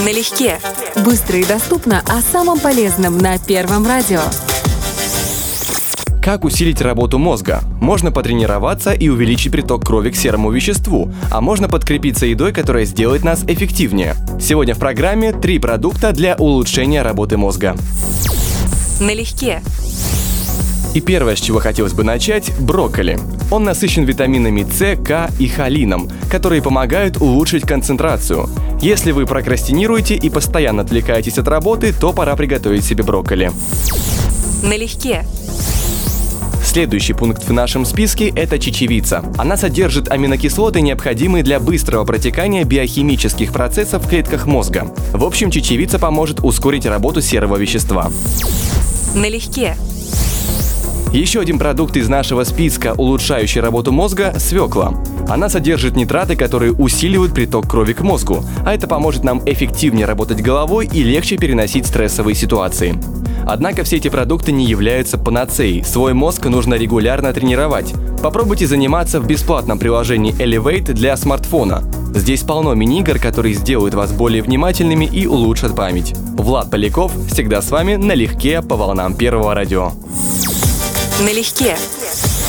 Налегке. Быстро и доступно о самом полезном на Первом радио. Как усилить работу мозга? Можно потренироваться и увеличить приток крови к серому веществу, а можно подкрепиться едой, которая сделает нас эффективнее. Сегодня в программе 3 продукта для улучшения работы мозга. Налегке. И первое, с чего хотелось бы начать – брокколи. Он насыщен витаминами С, К и холином, которые помогают улучшить концентрацию. Если вы прокрастинируете и постоянно отвлекаетесь от работы, то пора приготовить себе брокколи. Налегке. Следующий пункт в нашем списке – это чечевица. Она содержит аминокислоты, необходимые для быстрого протекания биохимических процессов в клетках мозга. В общем, чечевица поможет ускорить работу серого вещества. Налегке. Еще один продукт из нашего списка, улучшающий работу мозга – свекла. Она содержит нитраты, которые усиливают приток крови к мозгу, а это поможет нам эффективнее работать головой и легче переносить стрессовые ситуации. Однако все эти продукты не являются панацеей. Свой мозг нужно регулярно тренировать. Попробуйте заниматься в бесплатном приложении Elevate для смартфона. Здесь полно мини-игр, которые сделают вас более внимательными и улучшат память. Влад Поляков всегда с вами налегке по волнам Первого радио. Налегке.